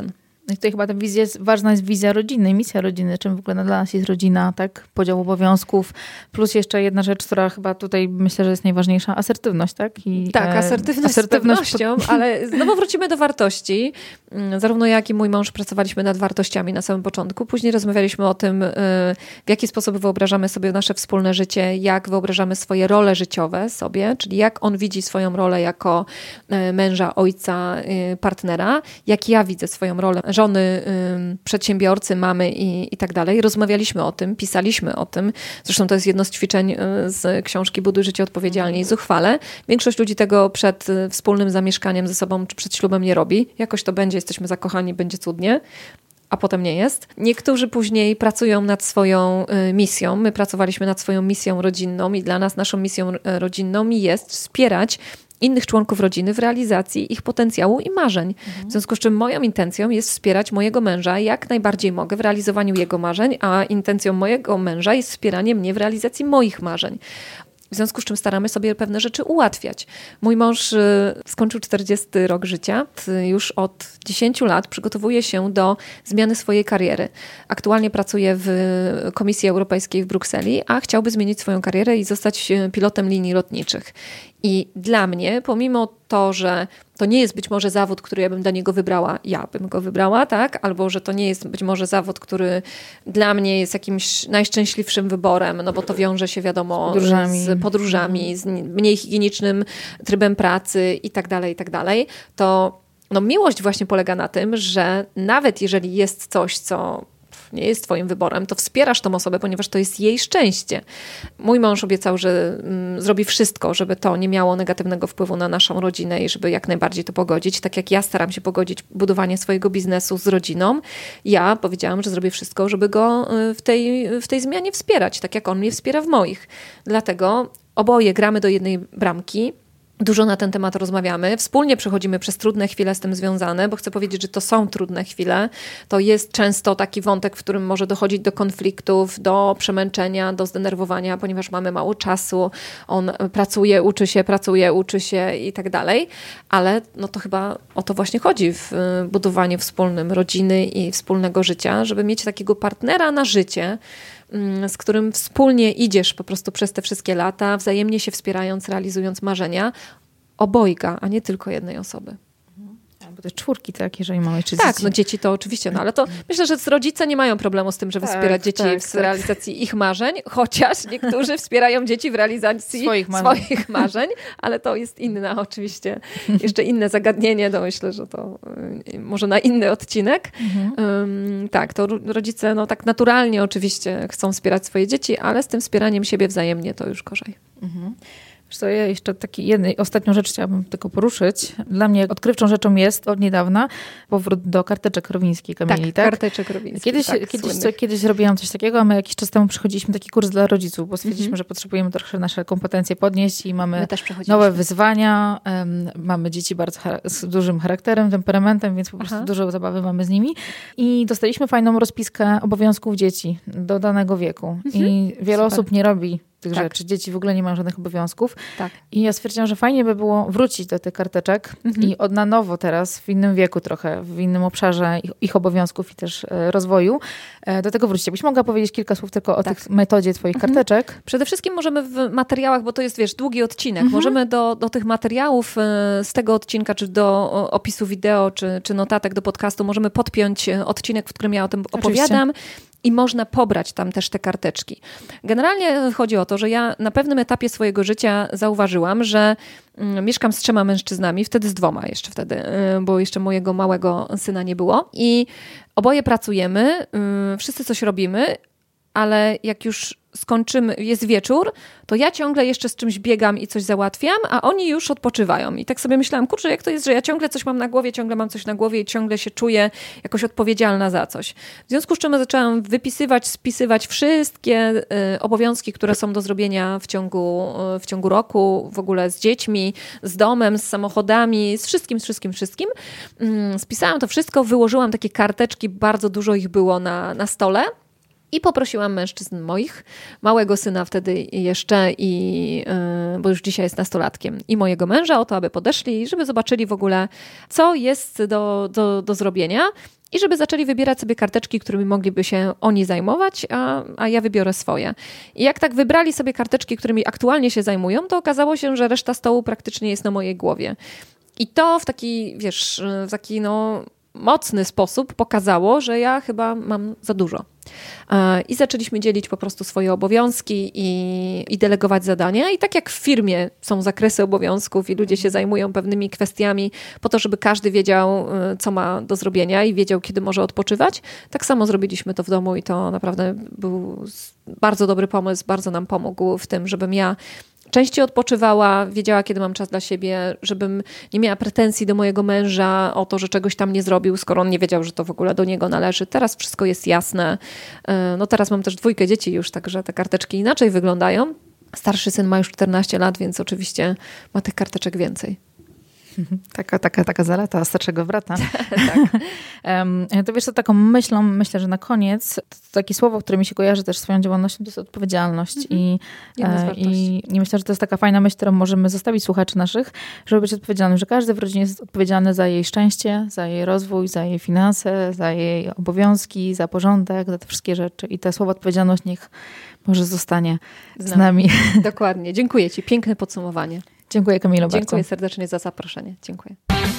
I tutaj chyba ta wizja jest, ważna jest wizja rodziny, misja rodziny, czym w ogóle dla nas jest rodzina, tak? Podział obowiązków, plus jeszcze jedna rzecz, która chyba tutaj myślę, że jest najważniejsza, asertywność, tak? I, tak, asertywność, asertywność z pewnością, pod... ale znowu wrócimy do wartości. Zarówno jak i mój mąż pracowaliśmy nad wartościami na samym początku. Później rozmawialiśmy o tym, w jaki sposób wyobrażamy sobie nasze wspólne życie, jak wyobrażamy swoje role życiowe sobie, czyli jak on widzi swoją rolę jako męża, ojca, partnera, jak ja widzę swoją rolę żony, przedsiębiorcy, mamy i, i tak dalej. Rozmawialiśmy o tym, pisaliśmy o tym. Zresztą to jest jedno z ćwiczeń z książki Buduj życie odpowiedzialnie i zuchwale. Większość ludzi tego przed wspólnym zamieszkaniem ze sobą czy przed ślubem nie robi. Jakoś to będzie, jesteśmy zakochani, będzie cudnie. A potem nie jest. Niektórzy później pracują nad swoją misją. My pracowaliśmy nad swoją misją rodzinną i dla nas naszą misją rodzinną jest wspierać innych członków rodziny w realizacji ich potencjału i marzeń. Mhm. W związku z czym moją intencją jest wspierać mojego męża jak najbardziej mogę w realizowaniu jego marzeń, a intencją mojego męża jest wspieranie mnie w realizacji moich marzeń. W związku z czym staramy sobie pewne rzeczy ułatwiać. Mój mąż skończył czterdziesty rok życia. Już od dziesięciu lat przygotowuje się do zmiany swojej kariery. Aktualnie pracuje w Komisji Europejskiej w Brukseli, a chciałby zmienić swoją karierę i zostać pilotem linii lotniczych. I dla mnie, pomimo to, że to nie jest być może zawód, który ja bym dla niego wybrała, ja bym go wybrała, tak? Albo że to nie jest być może zawód, który dla mnie jest jakimś najszczęśliwszym wyborem, no bo to wiąże się, wiadomo, z podróżami, z, podróżami, z mniej higienicznym trybem pracy i tak dalej, i tak dalej, to no, miłość właśnie polega na tym, że nawet jeżeli jest coś, co nie jest twoim wyborem, to wspierasz tą osobę, ponieważ to jest jej szczęście. Mój mąż obiecał, że mm, zrobi wszystko, żeby to nie miało negatywnego wpływu na naszą rodzinę i żeby jak najbardziej to pogodzić. Tak jak ja staram się pogodzić budowanie swojego biznesu z rodziną, ja powiedziałam, że zrobię wszystko, żeby go w tej, w tej zmianie wspierać, tak jak on mnie wspiera w moich. Dlatego oboje gramy do jednej bramki. Dużo na ten temat rozmawiamy. Wspólnie przechodzimy przez trudne chwile z tym związane, bo chcę powiedzieć, że to są trudne chwile. To jest często taki wątek, w którym może dochodzić do konfliktów, do przemęczenia, do zdenerwowania, ponieważ mamy mało czasu. On pracuje, uczy się, pracuje, uczy się i tak dalej. Ale no to chyba o to właśnie chodzi w budowaniu wspólnym rodziny i wspólnego życia, żeby mieć takiego partnera na życie, z którym wspólnie idziesz po prostu przez te wszystkie lata, wzajemnie się wspierając, realizując marzenia obojga, a nie tylko jednej osoby. Bo te czwórki, tak, jeżeli mamy czy Tak, dzieci. no dzieci to oczywiście, no ale to myślę, że rodzice nie mają problemu z tym, żeby tak, wspierać dzieci tak, w tak. realizacji ich marzeń, chociaż niektórzy wspierają dzieci w realizacji swoich marzeń. swoich marzeń, ale to jest inna oczywiście, jeszcze inne zagadnienie, to myślę, że to y, może na inny odcinek. Mhm. Um, tak, to rodzice no tak naturalnie oczywiście chcą wspierać swoje dzieci, ale z tym wspieraniem siebie wzajemnie to już gorzej. Mhm. Co ja jeszcze taki jednej, ostatnią rzecz chciałabym tylko poruszyć. Dla mnie odkrywczą rzeczą jest od niedawna powrót do karteczek rowińskich, Kamili, tak? Tak, karteczek rowińskich. Kiedyś, tak, kiedyś, co, kiedyś robiłam coś takiego, a my jakiś czas temu przechodziliśmy taki kurs dla rodziców, bo stwierdziliśmy, mm-hmm. że potrzebujemy trochę nasze kompetencje podnieść i mamy nowe wyzwania. Um, mamy dzieci bardzo z dużym charakterem, temperamentem, więc po prostu Aha. dużo zabawy mamy z nimi. I dostaliśmy fajną rozpiskę obowiązków dzieci do danego wieku. Mm-hmm. I wiele Super. osób nie robi tych tak. rzeczy. Dzieci w ogóle nie mają żadnych obowiązków. Tak. I ja stwierdziłam, że fajnie by było wrócić do tych karteczek mhm. i od na nowo teraz, w innym wieku trochę, w innym obszarze ich, ich obowiązków i też e, rozwoju, e, do tego wrócić. Byś mogła powiedzieć kilka słów tylko o tak. tych metodzie twoich mhm. karteczek? Przede wszystkim możemy w materiałach, bo to jest, wiesz, długi odcinek, mhm. możemy do, do tych materiałów e, z tego odcinka, czy do opisu wideo, czy, czy notatek do podcastu, możemy podpiąć odcinek, w którym ja o tym Oczywiście. opowiadam. I można pobrać tam też te karteczki. Generalnie chodzi o to, że ja na pewnym etapie swojego życia zauważyłam, że mieszkam z trzema mężczyznami, wtedy z dwoma jeszcze wtedy, bo jeszcze mojego małego syna nie było. I oboje pracujemy, wszyscy coś robimy, ale jak już skończymy, jest wieczór, to ja ciągle jeszcze z czymś biegam i coś załatwiam, a oni już odpoczywają. I tak sobie myślałam, kurczę, jak to jest, że ja ciągle coś mam na głowie, ciągle mam coś na głowie i ciągle się czuję jakoś odpowiedzialna za coś. W związku z czym zaczęłam wypisywać, spisywać wszystkie y, obowiązki, które są do zrobienia w ciągu, y, w ciągu roku, w ogóle z dziećmi, z domem, z samochodami, z wszystkim, z wszystkim, wszystkim. Y, spisałam to wszystko, wyłożyłam takie karteczki, bardzo dużo ich było na, na stole. I poprosiłam mężczyzn moich, małego syna wtedy jeszcze, i, yy, bo już dzisiaj jest nastolatkiem, i mojego męża o to, aby podeszli, żeby zobaczyli w ogóle, co jest do, do, do zrobienia. i żeby zaczęli wybierać sobie karteczki, którymi mogliby się oni zajmować, a, a ja wybiorę swoje. I jak tak wybrali sobie karteczki, którymi aktualnie się zajmują, to okazało się, że reszta stołu praktycznie jest na mojej głowie. I to w taki, wiesz, w taki no mocny sposób pokazało, że ja chyba mam za dużo. I zaczęliśmy dzielić po prostu swoje obowiązki i, i delegować zadania. I tak jak w firmie są zakresy obowiązków i ludzie się zajmują pewnymi kwestiami po to, żeby każdy wiedział, co ma do zrobienia i wiedział, kiedy może odpoczywać, tak samo zrobiliśmy to w domu i to naprawdę był bardzo dobry pomysł, bardzo nam pomógł w tym, żebym ja częściej odpoczywała, wiedziała, kiedy mam czas dla siebie, żebym nie miała pretensji do mojego męża o to, że czegoś tam nie zrobił, skoro on nie wiedział, że to w ogóle do niego należy. Teraz wszystko jest jasne. No teraz mam też dwójkę dzieci już, także te karteczki inaczej wyglądają. Starszy syn ma już czternaście lat, więc oczywiście ma tych karteczek więcej. Taka, taka, taka zaleta starszego brata. Tak. um, to wiesz, to taką myślą, myślę, że na koniec, to takie słowo, które mi się kojarzy też z swoją działalnością, to jest odpowiedzialność. Mm-hmm. I, e, i, I myślę, że to jest taka fajna myśl, którą możemy zostawić słuchaczy naszych, żeby być odpowiedzialnym, że każdy w rodzinie jest odpowiedzialny za jej szczęście, za jej rozwój, za jej finanse, za jej obowiązki, za porządek, za te wszystkie rzeczy. I to słowo odpowiedzialność niech może zostanie z, z nami. Dokładnie. Dziękuję Ci. Piękne podsumowanie. Dziękuję, Kamilo, bardzo. Dziękuję serdecznie za zaproszenie. Dziękuję.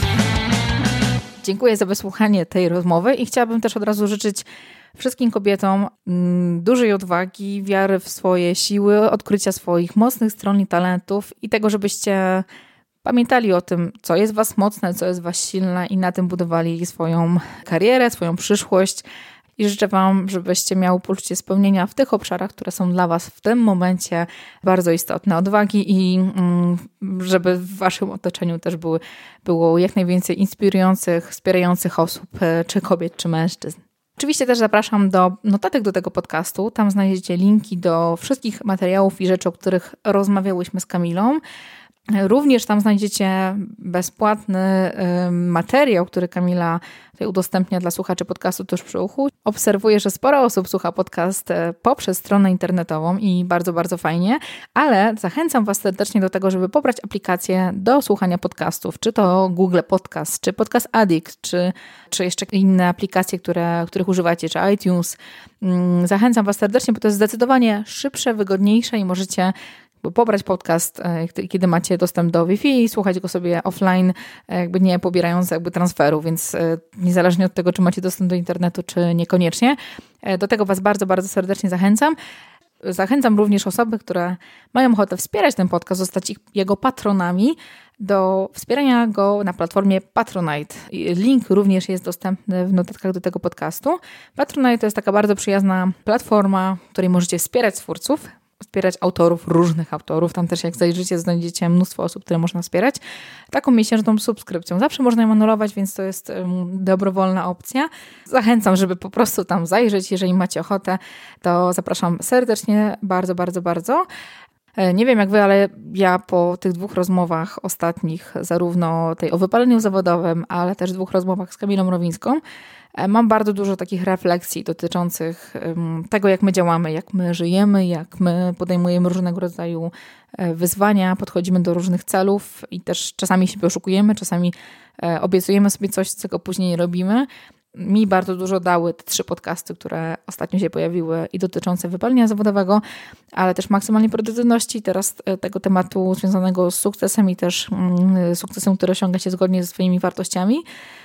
Dziękuję za wysłuchanie tej rozmowy i chciałabym też od razu życzyć wszystkim kobietom dużej odwagi, wiary w swoje siły, odkrycia swoich mocnych stron i talentów i tego, żebyście pamiętali o tym, co jest was mocne, co jest was silne i na tym budowali swoją karierę, swoją przyszłość. I życzę wam, żebyście miały poczucie spełnienia w tych obszarach, które są dla was w tym momencie bardzo istotne. Odwagi i mm, żeby w waszym otoczeniu też były, było jak najwięcej inspirujących, wspierających osób, czy kobiet, czy mężczyzn. Oczywiście też zapraszam do notatek do tego podcastu. Tam znajdziecie linki do wszystkich materiałów i rzeczy, o których rozmawiałyśmy z Kamilą. Również tam znajdziecie bezpłatny materiał, który Kamila tutaj udostępnia dla słuchaczy podcastu Tuż przy uchu. Obserwuję, że sporo osób słucha podcast poprzez stronę internetową i bardzo, bardzo fajnie, ale zachęcam was serdecznie do tego, żeby pobrać aplikację do słuchania podcastów, czy to Google Podcast, czy Podcast Addict, czy, czy jeszcze inne aplikacje, które, których używacie, czy iTunes. Zachęcam was serdecznie, bo to jest zdecydowanie szybsze, wygodniejsze i możecie pobrać podcast, kiedy macie dostęp do Wi-Fi i słuchać go sobie offline, jakby nie pobierając jakby transferu, więc niezależnie od tego, czy macie dostęp do internetu, czy niekoniecznie. Do tego was bardzo, bardzo serdecznie zachęcam. Zachęcam również osoby, które mają ochotę wspierać ten podcast, zostać ich, jego patronami, do wspierania go na platformie Patronite. Link również jest dostępny w notatkach do tego podcastu. Patronite to jest taka bardzo przyjazna platforma, w której możecie wspierać twórców, wspierać autorów, różnych autorów. Tam też jak zajrzycie, znajdziecie mnóstwo osób, które można wspierać. Taką miesięczną subskrypcją. Zawsze można ją anulować, więc to jest um, dobrowolna opcja. Zachęcam, żeby po prostu tam zajrzeć. Jeżeli macie ochotę, to zapraszam serdecznie, bardzo, bardzo, bardzo. Nie wiem jak wy, ale ja po tych dwóch rozmowach ostatnich, zarówno tej o wypaleniu zawodowym, ale też dwóch rozmowach z Kamilą Rowińską, mam bardzo dużo takich refleksji dotyczących tego, jak my działamy, jak my żyjemy, jak my podejmujemy różnego rodzaju wyzwania, podchodzimy do różnych celów i też czasami się oszukujemy, czasami obiecujemy sobie coś, czego później nie robimy. Mi bardzo dużo dały te trzy podcasty, które ostatnio się pojawiły i dotyczące wypalenia zawodowego, ale też maksymalnej produktywności, teraz tego tematu związanego z sukcesem i też sukcesem, który osiąga się zgodnie ze swoimi wartościami.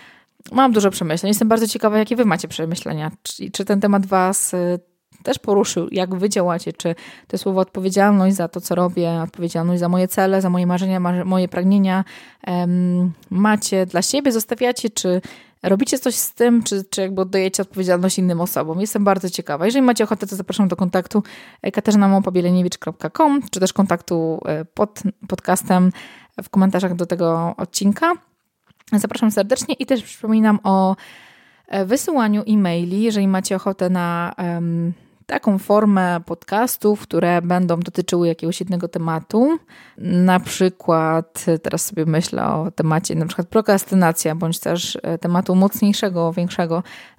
Mam dużo przemyśleń. Jestem bardzo ciekawa, jakie wy macie przemyślenia. Czy, czy ten temat was też poruszył? Jak wy działacie? Czy to słowo odpowiedzialność za to, co robię, odpowiedzialność za moje cele, za moje marzenia, moje pragnienia um, macie dla siebie, zostawiacie? Czy robicie coś z tym, czy, czy jakby oddajecie odpowiedzialność innym osobom? Jestem bardzo ciekawa. Jeżeli macie ochotę, to zapraszam do kontaktu katarzyna małpa bieleniewicz kropka com, czy też kontaktu pod podcastem w komentarzach do tego odcinka. Zapraszam serdecznie i też przypominam o wysyłaniu e-maili, jeżeli macie ochotę na um, taką formę podcastów, które będą dotyczyły jakiegoś jednego tematu. Na przykład, teraz sobie myślę o temacie na przykład prokrastynacja, bądź też tematu mocniejszego, większego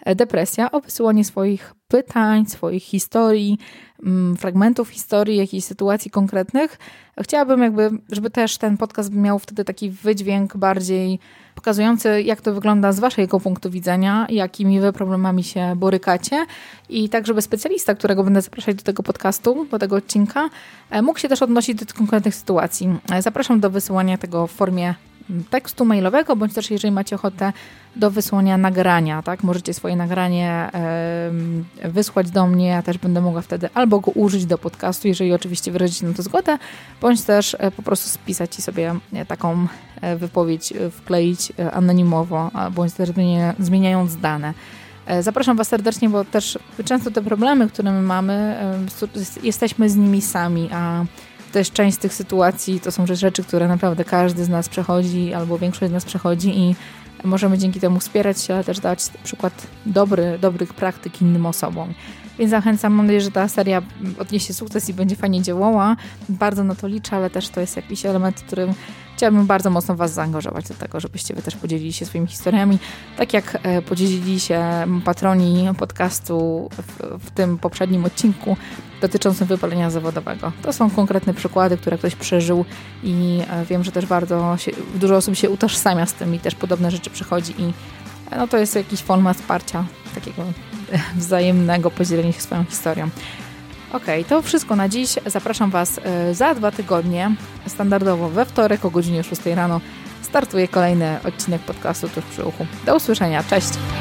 depresja, o wysyłanie swoich pytań, swoich historii, fragmentów historii, jakichś sytuacji konkretnych. Chciałabym jakby, żeby też ten podcast miał wtedy taki wydźwięk bardziej pokazujący, jak to wygląda z waszego punktu widzenia, jakimi wy problemami się borykacie i tak, żeby specjalista, którego będę zapraszać do tego podcastu, do tego odcinka, mógł się też odnosić do tych konkretnych sytuacji. Zapraszam do wysyłania tego w formie tekstu mailowego, bądź też jeżeli macie ochotę do wysłania nagrania, tak? Możecie swoje nagranie y, wysłać do mnie, ja też będę mogła wtedy albo go użyć do podcastu, jeżeli oczywiście wyrazicie na to zgodę, bądź też y, po prostu spisać i sobie y, taką y, wypowiedź y, wkleić y, anonimowo, a, bądź też zmienia, zmieniając dane. Y, zapraszam was serdecznie, bo też często te problemy, które my mamy, y, jesteśmy z nimi sami, a też część z tych sytuacji to są rzeczy, które naprawdę każdy z nas przechodzi albo większość z nas przechodzi i możemy dzięki temu wspierać się, ale też dać przykład dobry, dobrych praktyk innym osobom. Więc zachęcam, mam nadzieję, że ta seria odniesie sukces i będzie fajnie działała. Bardzo na to liczę, ale też to jest jakiś element, w którym chciałabym bardzo mocno was zaangażować do tego, żebyście wy też podzielili się swoimi historiami, tak jak podzielili się patroni podcastu w, w tym poprzednim odcinku dotyczącym wypalenia zawodowego. To są konkretne przykłady, które ktoś przeżył i wiem, że też bardzo się, dużo osób się utożsamia z tym i też podobne rzeczy przychodzi i no to jest jakiś forma wsparcia, takiego wzajemnego podzielenia się swoją historią. Okej, to wszystko na dziś. Zapraszam was za dwa tygodnie. Standardowo we wtorek o godzinie szóstej rano startuje kolejny odcinek podcastu Tuż przy uchu. Do usłyszenia. Cześć!